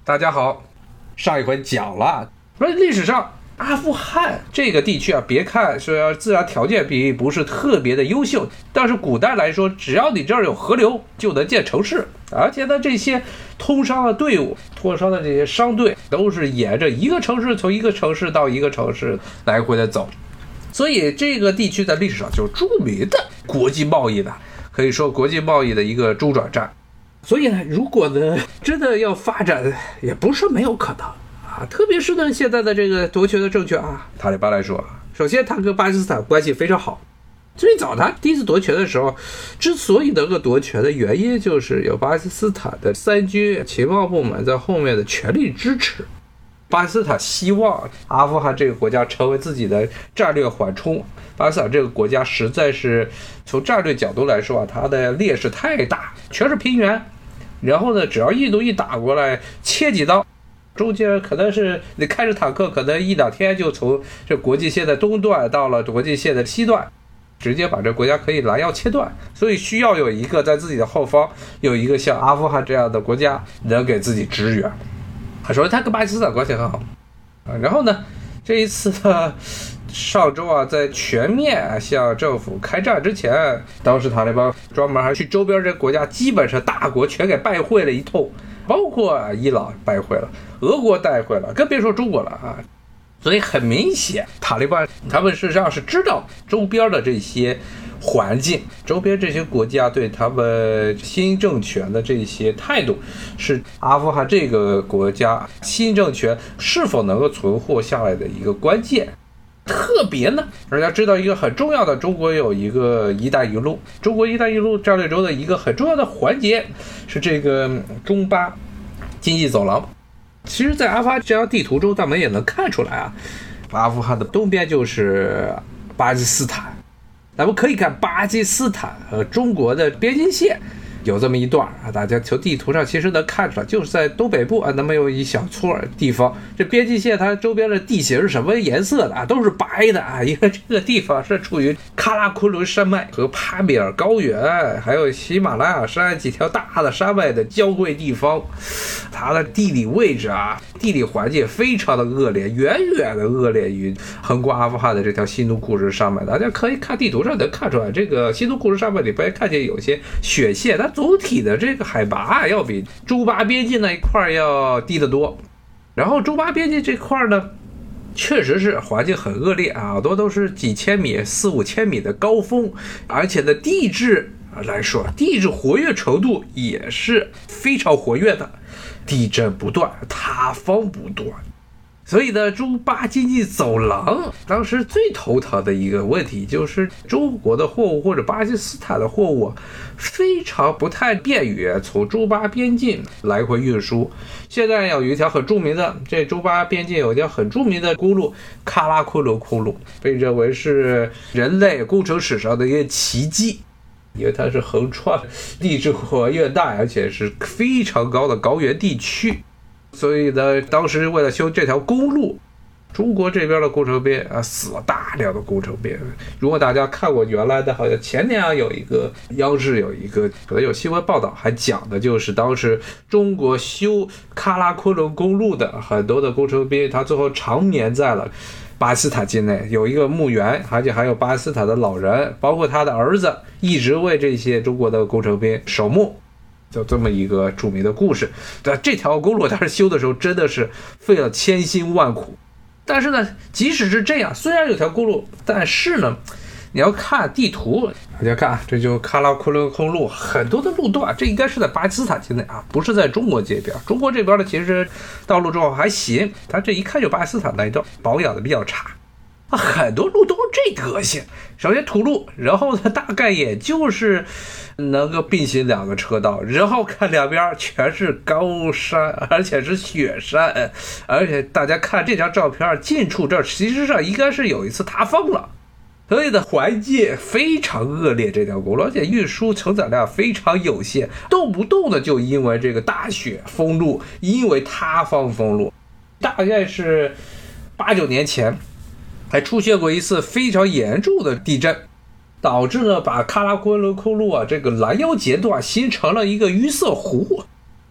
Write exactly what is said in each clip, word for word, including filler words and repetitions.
大家好，上一回讲了，说历史上阿富汗这个地区啊，别看说自然条件并不是特别的优秀，但是古代来说，只要你这儿有河流，就能建城市，而且呢，这些通商的队伍、通商的这些商队，都是沿着一个城市从一个城市到一个城市来回的走，所以这个地区在历史上就是著名的国际贸易的，可以说国际贸易的一个中转站。所以呢，如果呢真的要发展，也不是没有可能啊。特别是呢现在的这个夺权的政权啊，塔利班来说啊，首先他跟巴基斯坦关系非常好。最早他第一次夺权的时候，之所以能够夺权的原因，就是有巴基斯坦的三军情报部门在后面的全力支持。巴基斯坦希望阿富汗这个国家成为自己的战略缓冲。巴基斯坦这个国家实在是从战略角度来说啊，它的劣势太大，全是平原，然后呢，只要印度一打过来，切几刀，中间可能是你开着坦克，可能一两天就从这国际线的东段到了国际线的西段，直接把这国家可以拦腰切断。所以需要有一个在自己的后方有一个像阿富汗这样的国家能给自己支援。他说他跟巴基斯坦关系很好啊，然后呢，这一次呢，上周啊，在全面向政府开战之前，当时塔利班专门还去周边这国家，基本上大国全给拜会了一通，包括伊朗拜会了，俄国拜会了，更别说中国了啊。所以很明显，塔利班他们事实上是知道周边的这些环境，周边这些国家对他们新政权的这些态度，是阿富汗这个国家新政权是否能够存活下来的一个关键。特别呢，大家知道一个很重要的，中国有一个一带一路，中国一带一路战略中的一个很重要的环节是这个中巴经济走廊。其实在阿富汗这张地图中，咱们也能看出来啊，阿富汗的东边就是巴基斯坦，咱们可以看巴基斯坦和中国的边境线有这么一段啊，大家从地图上其实能看出来，就是在东北部啊，那么有一小撮地方，这边境线它周边的地形是什么颜色的啊？都是白的啊，因为这个地方是处于喀拉昆仑山脉和帕米尔高原，还有喜马拉雅山几条大的山脉的交汇地方，它的地理位置啊，地理环境非常的恶劣，远远的恶劣于横过阿富汗的这条新都库什山脉。大家可以看地图上能看出来，这个新都库什山脉里边看见有些雪线，它总体的这个海拔要比中巴边境那一块要低得多。然后中巴边境这块呢，确实是环境很恶劣啊，好多都是几千米、四五千米的高峰，而且呢，地质来说，地质活跃程度也是非常活跃的，地震不断，塌方不断。所以呢，中巴经济走廊当时最头疼的一个问题就是中国的货物或者巴基斯坦的货物非常不太便于从中巴边境来回运输。现在有一条很著名的，这中巴边境有一条很著名的公路，喀拉昆仑公路，被认为是人类工程史上的一个奇迹。因为它是横穿地质活跃带，而且是非常高的高原地区，所以呢，当时为了修这条公路，中国这边的工程兵啊死了大量的工程兵。如果大家看过原来的，好像前年啊有一个央视有一个可能有新闻报道，还讲的就是当时中国修喀拉昆仑公路的很多的工程兵，他最后长眠在了巴基斯坦境内，有一个墓园，而且还有巴基斯坦的老人，包括他的儿子，一直为这些中国的工程兵守墓，就这么一个著名的故事。但这条公路当时修的时候真的是费了千辛万苦。但是呢，即使是这样，虽然有条公路，但是呢，你要看地图，大家看，这就喀拉昆仑公路，很多的路段，这应该是在巴基斯坦境内啊，不是在中国这边。中国这边的其实道路状况还行，它这一看就巴基斯坦那一段保养的比较差啊，很多路都是这德行。首先土路，然后呢，大概也就是能够并行两个车道，然后看两边全是高山，而且是雪山，而且大家看这张照片，近处这儿其实上应该是有一次塌方了。所以的环境非常恶劣，这条公路，而且运输承载量非常有限，动不动的就因为这个大雪封路，因为塌方封路。大概是八九年前还出现过一次非常严重的地震，导致呢把喀拉昆仑公路啊这个拦腰截断，形成了一个淤塞湖。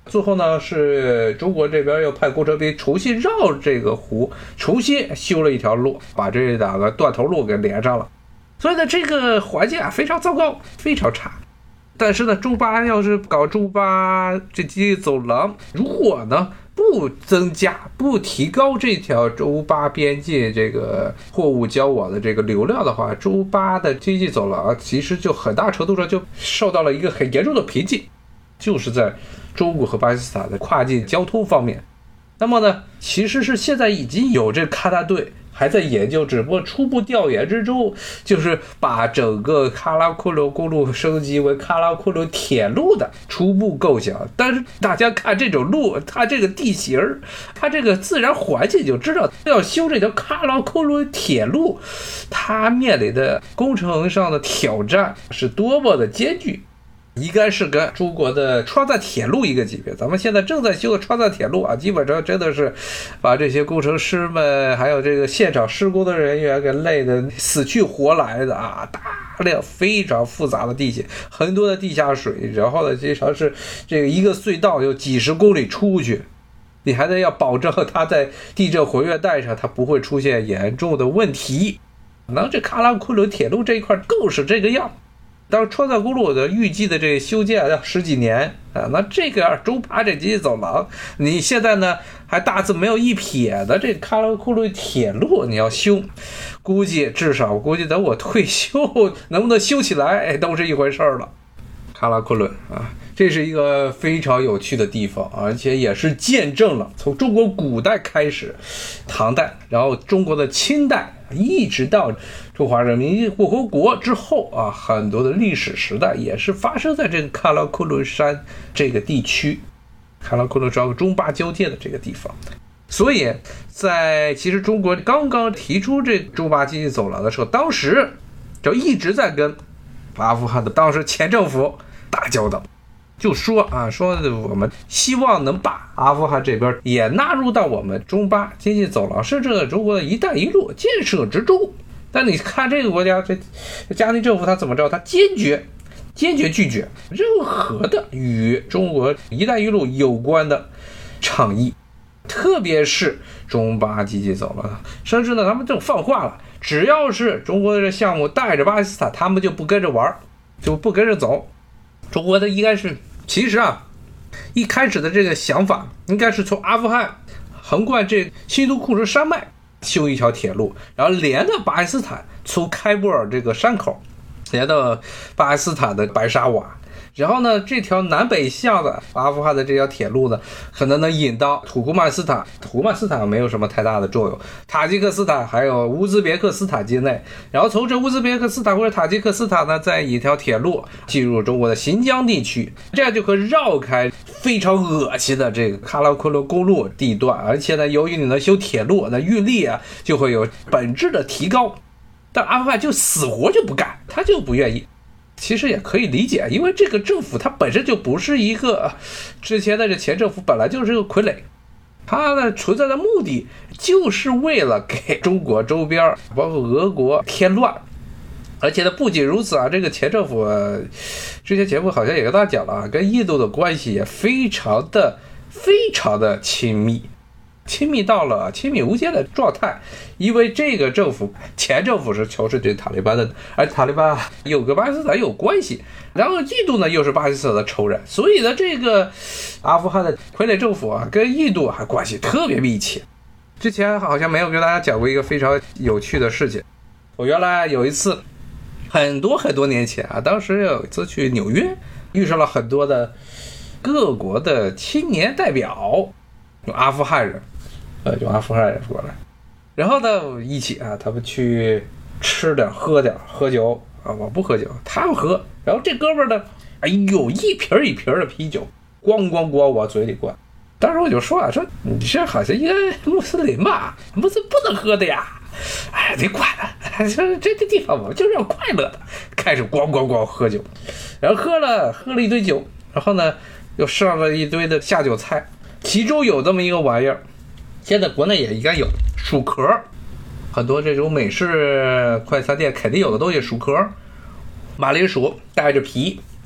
最后呢，是中国这边又派工程兵重新绕这个湖，重新修了一条路，把这两个断头路给连上了。所以呢，这个环境啊非常糟糕，非常差。但是呢，中巴要是搞中巴这经济走廊，如果呢不增加、不提高这条中巴边境这个货物交往的这个流量的话，中巴的经济走廊其实就很大程度上就受到了一个很严重的瓶颈，就是在中国和巴基斯坦的跨境交通方面。那么呢，其实是现在已经有这勘探队还在研究，只不过初步调研之中，就是把整个喀拉昆仑公路升级为喀拉昆仑铁路的初步构想。但是大家看这种路，它这个地形，它这个自然环境就知道，要修这条喀拉昆仑铁路，它面临的工程上的挑战是多么的艰巨。应该是跟中国的川藏铁路一个级别，咱们现在正在修的川藏铁路啊，基本上真的是把这些工程师们还有这个现场施工的人员给累得死去活来的啊！大量非常复杂的地形，很多的地下水，然后呢，经常是这个一个隧道有几十公里出去，你还得要保证它在地震活跃带上它不会出现严重的问题。那这喀拉昆仑铁路这一块更是这个样。当然川藏公路的预计的这个修建要十几年啊，那这个中巴这经济走廊，你现在呢还大字没有一撇的这喀拉昆仑铁路你要修，估计至少估计等我退休能不能修起来，哎，都是一回事了。喀拉昆仑啊，这是一个非常有趣的地方，而且也是见证了从中国古代开始，唐代，然后中国的清代，一直到中华人民共和国之后啊，很多的历史时代也是发生在这个喀拉昆仑山这个地区，喀拉昆仑山和中巴交界的这个地方。所以在其实中国刚刚提出这中巴经济走廊的时候，当时就一直在跟阿富汗的当时前政府打交道，就说啊，说我们希望能把阿富汗这边也纳入到我们中巴经济走廊，甚至中国的一带一路建设之中。但你看这个国家，这加内政府他怎么着？他坚决坚决拒绝任何的与中国一带一路有关的倡议，特别是中巴经济走廊，甚至呢他们就放话了，只要是中国的这项目带着巴基斯坦，他们就不跟着玩，就不跟着走。中国的应该是其实啊一开始的这个想法应该是从阿富汗横贯这新都库什山脉修一条铁路，然后连到巴基斯坦，从开布尔这个山口连到巴基斯坦的白沙瓦，然后呢这条南北向的阿富汗的这条铁路呢，可能能引到土库曼斯坦，土库曼斯坦没有什么太大的作用，塔吉克斯坦还有乌兹别克斯坦境内，然后从这乌兹别克斯坦或者塔吉克斯坦呢，再一条铁路进入中国的新疆地区，这样就可以绕开非常恶心的这个喀拉昆仑公路地段，而且呢由于你能修铁路，那运力啊就会有本质的提高。但阿富汗就死活就不干，他就不愿意。其实也可以理解，因为这个政府它本身就不是一个，之前的这前政府本来就是个傀儡，它的存在的目的就是为了给中国周边包括俄国添乱。而且呢不仅如此啊，这个前政府、呃、之前节目好像也跟大家讲了啊，跟印度的关系也非常的非常的亲密，亲密到了亲密无间的状态。因为这个政府前政府是仇视对塔利班的，而塔利班又跟巴基斯坦有关系，然后印度呢又是巴基斯坦的仇人，所以呢这个阿富汗的傀儡政府啊跟印度还关系特别密切。之前好像没有跟大家讲过一个非常有趣的事情，我原来有一次很多很多年前啊，当时有一次去纽约，遇上了很多的各国的青年代表，有阿富汗人，呃，有阿富汗人过来，然后呢，一起啊，他们去吃点、喝点、喝酒啊，我不喝酒，他们喝，然后这哥们呢，哎呦，一瓶一瓶的啤酒，咣咣咣往嘴里灌。当时我就说啊，说你这好像一个穆斯林吧，穆斯林不能喝的呀。哎，你管了，说这个地方我就是要快乐的，开始咣咣咣喝酒，然后喝了喝了一堆酒，然后呢又上了一堆的下酒菜，其中有这么一个玩意儿，现在国内也应该有薯壳，很多这种美式快餐店肯定有的东西，薯壳，马铃薯带着皮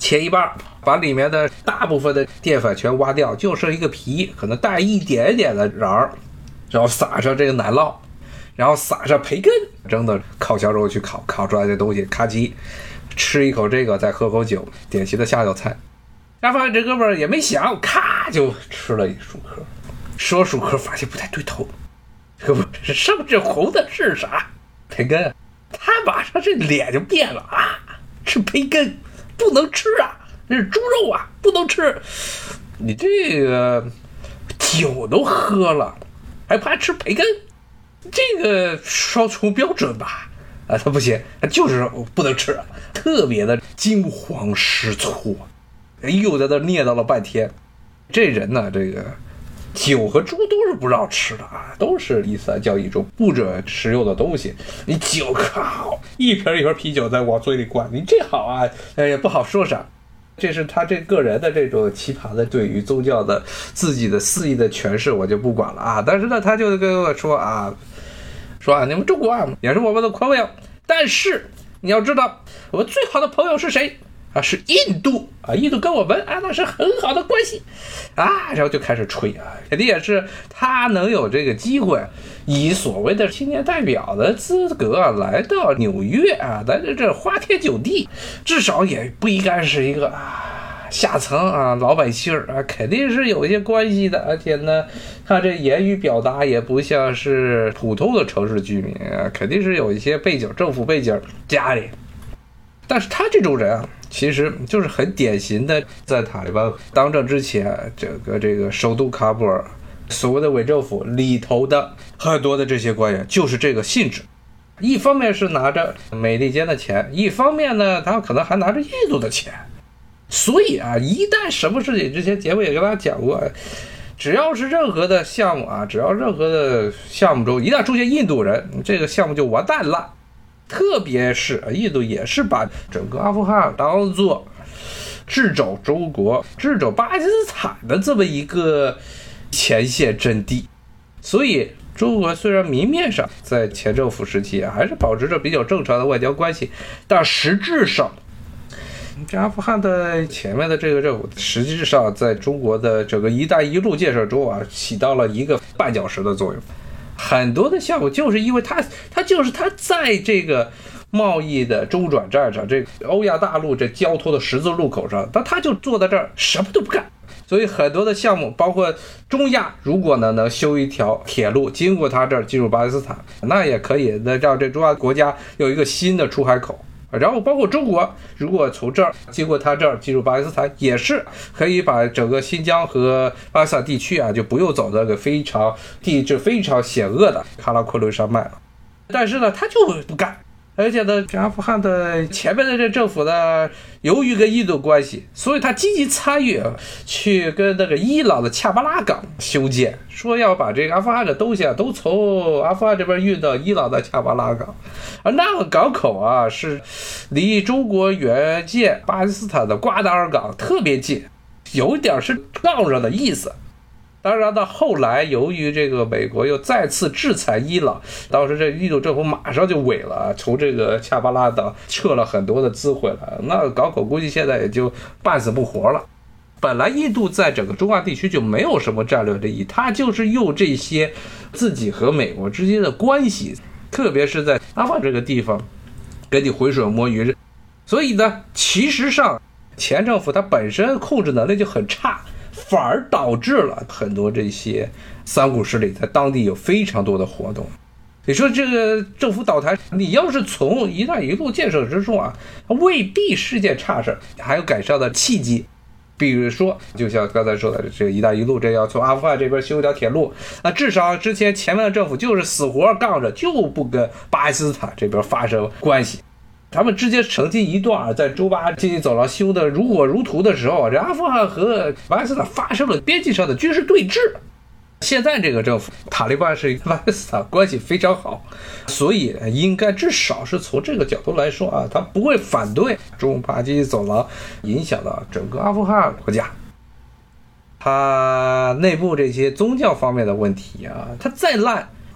切一半，把里面的大部分的淀粉全挖掉，就剩一个皮，可能带一点点的瓤儿，然后撒上这个奶酪，然后撒上培根，扔到烤箱中去烤，烤出来的东西咔叽，吃一口这个，再喝口酒，典型的下酒菜。阿富汗这哥们儿也没想，咔就吃了一薯壳，吃完薯壳发现不太对头，这不是上这红的是啥？培根。他马上这脸就变了啊！吃培根不能吃啊，这是猪肉啊，不能吃。你这个酒都喝了，还怕吃培根？这个双重标准吧？啊，他不行，他就是不能吃，特别的惊慌失措，又在那念叨了半天。这人呢，这个酒和猪都是不让吃的啊，都是伊斯兰教义中不准食用的东西。你酒靠，一瓶一瓶啤酒在往嘴里灌，你这好啊，哎呀不好说啥。这是他这个人的这种奇葩的对于宗教的自己的肆意的诠释，我就不管了啊。但是呢，他就跟我说啊，说啊，你们中国啊也是我们的朋友，但是你要知道，我们最好的朋友是谁？啊，是印度啊，印度跟我们啊那是很好的关系啊，然后就开始吹啊，肯定也是他能有这个机会，以所谓的青年代表的资格来到纽约啊，在这这花天酒地，至少也不应该是一个啊下层啊老百姓啊，肯定是有一些关系的，而且呢，他这言语表达也不像是普通的城市居民啊，肯定是有一些背景，政府背景家里。但是他这种人啊，其实就是很典型的，在塔利班当政之前，整个这个首都喀布尔所谓的伪政府里头的很多的这些官员就是这个性质。一方面是拿着美利坚的钱，一方面呢，他可能还拿着印度的钱。所以啊，一旦什么事情，之前节目也跟大家讲过，只要是任何的项目啊，只要任何的项目中一旦出现印度人，这个项目就完蛋了。特别是印度也是把整个阿富汗当作掣肘中国、掣肘巴基斯坦的这么一个前线阵地，所以中国虽然明面上在前政府时期还是保持着比较正常的外交关系，但实质上这阿富汗的前面的这个政府实际上在中国的整个一带一路建设中啊，起到了一个绊脚石的作用。很多的项目就是因为他他就是他在这个贸易的中转站上，这个欧亚大陆这交托的十字路口上，但他就坐在这儿什么都不干。所以很多的项目，包括中亚，如果呢能修一条铁路经过他这儿进入巴基斯坦，那也可以那让这中亚国家有一个新的出海口。然后包括中国，如果从这儿经过他这儿进入巴基斯坦，也是可以把整个新疆和巴基斯坦地区啊，就不用走那个非常地质非常险恶的喀拉昆仑山脉了。但是呢，他就不干。而且呢，阿富汗的前面的这政府呢，由于跟印度关系，所以他积极参与去跟那个伊朗的恰巴拉港修建，说要把这个阿富汗的东西啊都从阿富汗这边运到伊朗的恰巴拉港。而那个港口啊是离中国援建巴基斯坦的瓜达尔港特别近，有点是杠上的意思。当然呢，后来由于这个美国又再次制裁伊朗，当时这印度政府马上就萎了，从这个恰巴拉岛撤了很多的资回来，那港口估计现在也就半死不活了。本来印度在整个中亚地区就没有什么战略利益，他就是用这些自己和美国之间的关系，特别是在阿富汗这个地方跟你浑水摸鱼。所以呢，其实上前政府它本身控制能力就很差，反而导致了很多这些三股势力在当地有非常多的活动。你说这个政府倒台，你要是从一带一路建设之中啊，未必是件差事，还有改善的契机。比如说就像刚才说的这个一带一路，这要从阿富汗这边修一条铁路，那至少之前前面的政府就是死活杠着，就不跟巴基斯坦这边发生关系。他们之间成经一段在中巴经济走廊修的如火如荼的时候，这阿富汗和巴基斯坦发生了边境上的军事对峙。现在这个政府塔利班是跟巴基斯坦关系非常好，所以应该至少是从这个角度来说啊，他不会反对中巴经济走廊影响到整个阿富汗国家。他内部这些宗教方面的问题啊，他再烂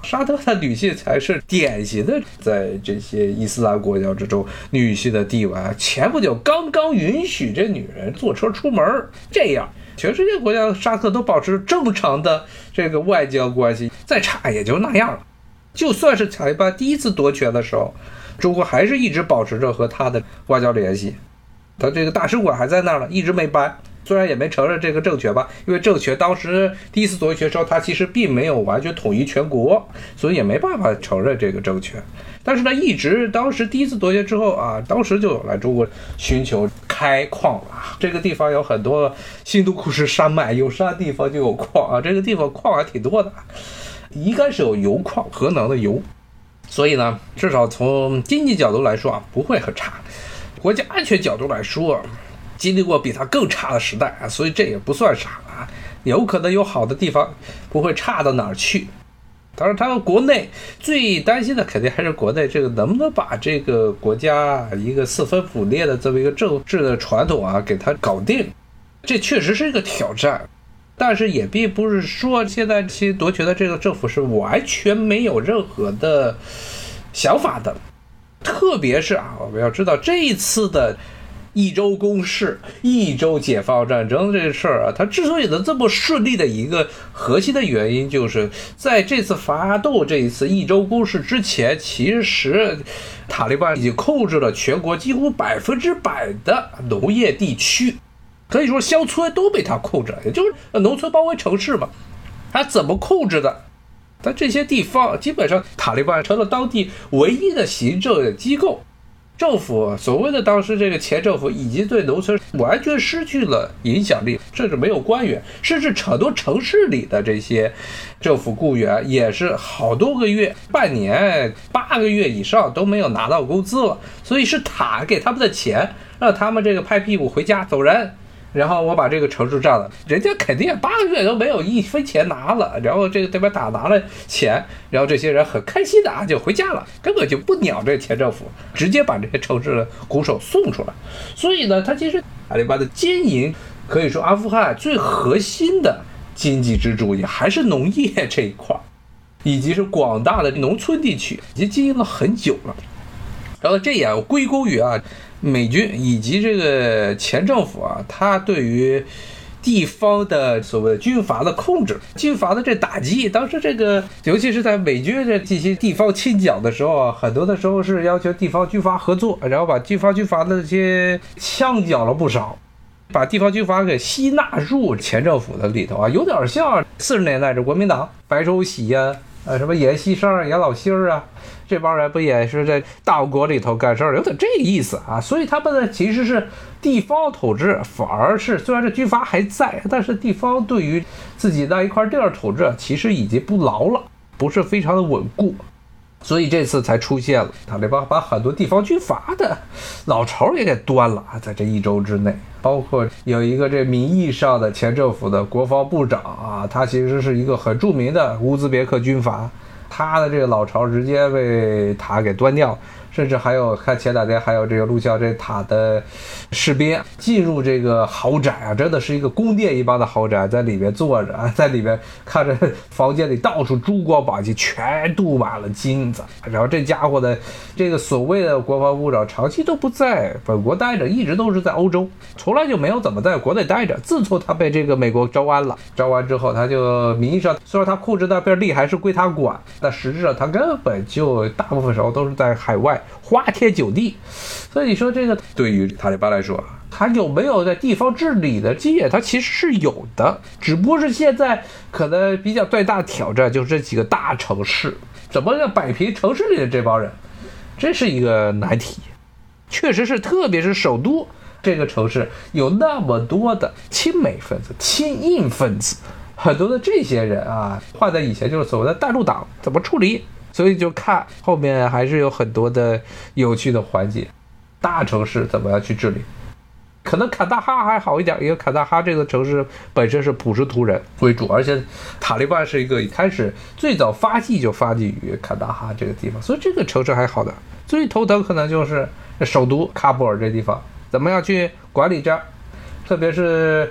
沙特的女性才是典型的在这些伊斯兰国家之中女性的地位。前不久刚刚允许这女人坐车出门，这样全世界国家沙特都保持正常的这个外交关系，再差也就那样了。就算是塔利班第一次夺权的时候，中国还是一直保持着和他的外交联系，他这个大使馆还在那儿了，一直没搬。虽然也没承认这个政权吧，因为政权当时第一次夺权的时候，他其实并没有完全统一全国，所以也没办法承认这个政权。但是呢，一直当时第一次夺权之后啊，当时就有来中国寻求开矿了。这个地方有很多新都库什山脉，有山地方就有矿啊，这个地方矿还挺多的，应该是有油矿，核能的油。所以呢，至少从经济角度来说啊，不会很差。国家安全角度来说，经历过比它更差的时代啊，所以这也不算啥啊，有可能有好的地方，不会差到哪儿去。当然，他们国内最担心的肯定还是国内这个能不能把这个国家一个四分五裂的这么一个政治的传统啊给它搞定，这确实是一个挑战。但是也并不是说现在其夺权的这个政府是完全没有任何的想法的，特别是啊，我们要知道这一次的一周攻势、一周解放战争这个事儿啊，它之所以能这么顺利的一个核心的原因，就是在这次发动这一次一周攻势之前，其实塔利班已经控制了全国几乎百分之百的农业地区，可以说乡村都被他控制了，也就是农村包围城市嘛。他怎么控制的？但这些地方基本上塔利班成了当地唯一的行政机构。政府所谓的当时这个前政府已经对农村完全失去了影响力，甚至没有官员，甚至很多城市里的这些政府雇员也是好多个月、半年、八个月以上都没有拿到工资了。所以是塔给他们的钱，让他们这个拍屁股回家走人，然后我把这个城市占了，人家肯定八个月都没有一分钱拿了，然后这个这边打拿了钱，然后这些人很开心的啊就回家了，根本就不鸟这前政府，直接把这些城市的鼓手送出来。所以呢，他其实塔利班的经营可以说阿富汗最核心的经济支柱也还是农业这一块，以及是广大的农村地区，已经经营了很久了。然后这也归功于啊美军以及这个前政府啊，他对于地方的所谓的军阀的控制、军阀的这打击，当时这个尤其是在美军这进行地方清剿的时候啊，很多的时候是要求地方军阀合作，然后把地方军阀的这些枪剿了不少，把地方军阀给吸纳入前政府的里头啊，有点像四十年代这国民党白崇禧呀、啊。呃，什么阎锡山、阎老星啊，这帮人不也是在大国里头干事儿，有点这个意思啊。所以他们呢其实是地方统治，反而是虽然这军阀还在，但是地方对于自己那一块地儿统治其实已经不牢了，不是非常的稳固。所以这次才出现了塔利班把很多地方军阀的老巢也给端了，在这一周之内，包括有一个这名义上的前政府的国防部长啊，他其实是一个很著名的乌兹别克军阀，他的这个老巢直接被塔给端掉。甚至还有看前两天还有这个录像，这塔的士兵进入这个豪宅啊，真的是一个宫殿一般的豪宅，在里面坐着啊，在里面看着房间里到处珠光宝气，全镀满了金子。然后这家伙的这个所谓的国防部长长期都不在本国待着，一直都是在欧洲，从来就没有怎么在国内待着。自从他被这个美国招安了，招安之后他就名义上虽然他控制那片地还是归他管，但实质上他根本就大部分时候都是在海外花天酒地。所以你说这个对于塔利班来说，他有没有在地方治理的经验？他其实是有的，只不过是现在可能比较最大的挑战就是这几个大城市，怎么要摆平城市里的这帮人，这是一个难题。确实是，特别是首都这个城市有那么多的亲美分子、亲印分子，很多的这些人啊，换在以前就是所谓的带路党，怎么处理？所以就看后面还是有很多的有趣的环节。大城市怎么样去治理？可能坎大哈还好一点，因为坎大哈这个城市本身是普什图人为主，而且塔利班是一个一开始最早发迹就发迹于坎大哈这个地方，所以这个城市还好的。最头疼可能就是首都喀布尔这地方怎么样去管理这儿，特别是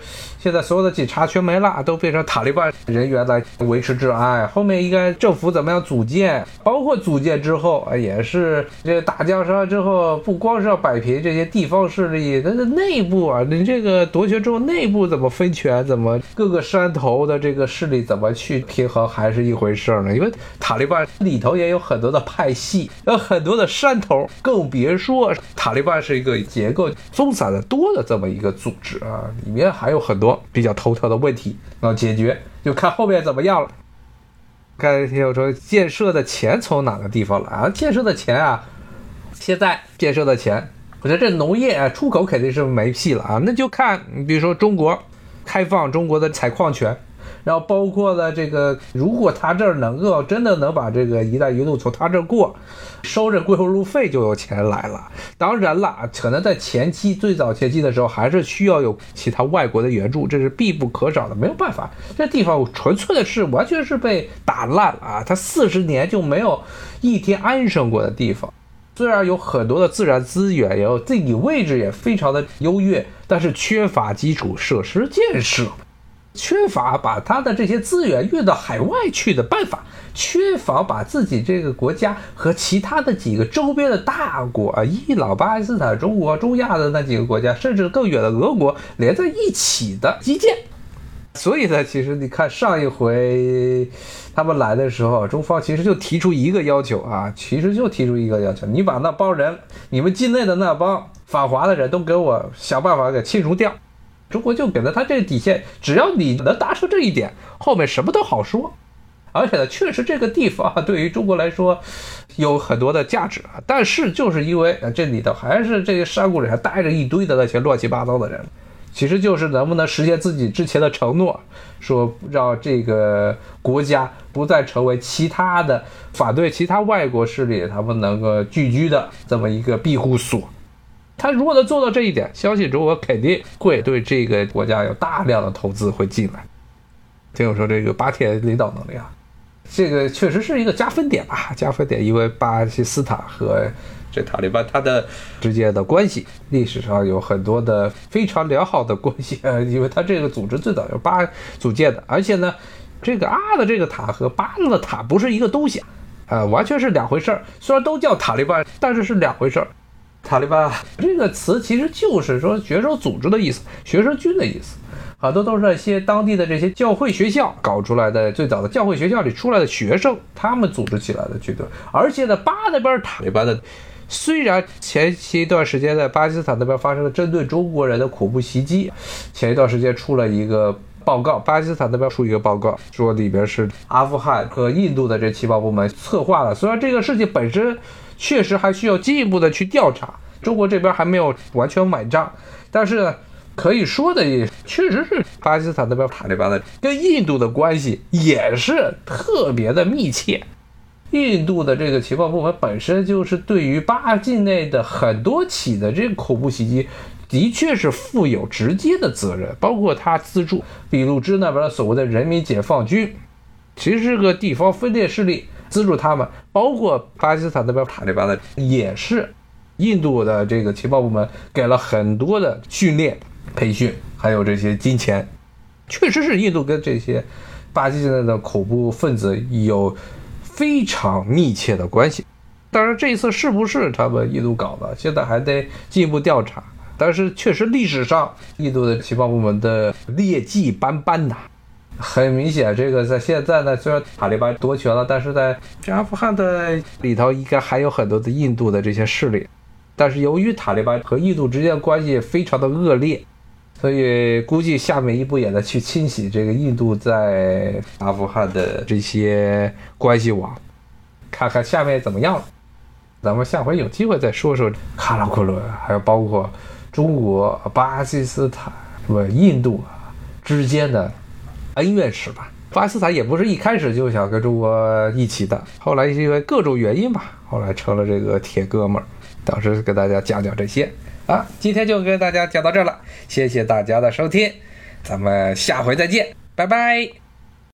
现在所有的警察全没了，都变成塔利班人员来维持治安。后面应该政府怎么样组建，包括组建之后也是这个打江山之后，不光是要摆平这些地方势力，但是内部啊，你这个夺权之后内部怎么分权，怎么各个山头的这个势力怎么去平衡，还是一回事呢？因为塔利班里头也有很多的派系，有很多的山头，更别说塔利班是一个结构分散的多的这么一个组织啊，里面还有很多比较头疼的问题要解决，就看后面怎么样了。刚才有说建设的钱从哪个地方来啊？建设的钱啊，现在建设的钱，我觉得这农业啊出口肯定是没戏了啊，那就看比如说中国开放中国的采矿权，然后包括了这个，如果他这儿能够真的能把这个一带一路从他这儿过，收着过路费就有钱来了。当然了，可能在前期最早前期的时候还是需要有其他外国的援助，这是必不可少的，没有办法，这地方纯粹的是完全是被打烂了啊！它四十年就没有一天安生过的地方。虽然有很多的自然资源，也有地理位置也非常的优越，但是缺乏基础设施建设，缺乏把他的这些资源运到海外去的办法，缺乏把自己这个国家和其他的几个周边的大国啊，伊朗、巴基斯坦、中国、中亚的那几个国家，甚至更远的俄国连在一起的基建。所以呢，其实你看上一回他们来的时候，中方其实就提出一个要求啊，其实就提出一个要求，你把那帮人，你们境内的那帮反华的人都给我想办法给清除掉。中国就给了他这个底线，只要你能达成这一点，后面什么都好说。而且呢，确实这个地方对于中国来说有很多的价值啊，但是就是因为这里头还是这个山谷里还待着一堆的那些乱七八糟的人，其实就是能不能实现自己之前的承诺，说让这个国家不再成为其他的反对其他外国势力他们能够聚居的这么一个庇护所。他如果能做到这一点，相信中国肯定会对这个国家有大量的投资会进来。听我说这个八天领导能力啊，这个确实是一个加分点吧，加分点，因为巴基斯坦和这塔利班它的之间的关系，历史上有很多的非常良好的关系，呃，因为它这个组织最早由巴组建的，而且呢，这个阿的这个塔和巴的塔不是一个东西，呃，完全是两回事儿。虽然都叫塔利班，但是是两回事儿。塔利班这个词其实就是说学生组织的意思，学生军的意思，很多都是一些当地的这些教会学校搞出来的，最早的教会学校里出来的学生，他们组织起来的军队。而且呢，巴那边塔利班的，虽然前期一段时间在巴基斯坦那边发生了针对中国人的恐怖袭击，前一段时间出了一个报告，巴基斯坦那边出一个报告，说里边是阿富汗和印度的这情报部门策划的。虽然这个事情本身确实还需要进一步的去调查，中国这边还没有完全买账，但是呢，可以说的也确实是巴基斯坦那边塔利班的跟印度的关系也是特别的密切。印度的这个情报部门本身就是对于巴境内的很多起的这个恐怖袭击的确是负有直接的责任，包括他资助俾路支那边的所谓的人民解放军，其实是个地方分裂势力，资助他们，包括巴基斯坦那边塔利班的也是印度的这个情报部门给了很多的训练培训，还有这些金钱，确实是印度跟这些巴基斯坦的恐怖分子有非常密切的关系。当然这一次是不是他们印度搞的，现在还得进一步调查，但是确实历史上印度的情报部门的劣迹斑斑呐。很明显，这个在现在呢，虽然塔利班夺权了，但是在阿富汗的里头应该还有很多的印度的这些势力，但是由于塔利班和印度之间的关系非常的恶劣，所以估计下面一步也得去清洗这个印度在阿富汗的这些关系网，看看下面怎么样了。咱们下回有机会再说说喀拉昆仑，还有包括中国、巴基斯坦、印度之间的恩怨史吧。巴基斯坦也不是一开始就想跟中国一起的，后来因为各种原因吧，后来成了这个铁哥们儿。当时跟大家讲讲这些啊，今天就跟大家讲到这儿了，谢谢大家的收听，咱们下回再见，拜拜。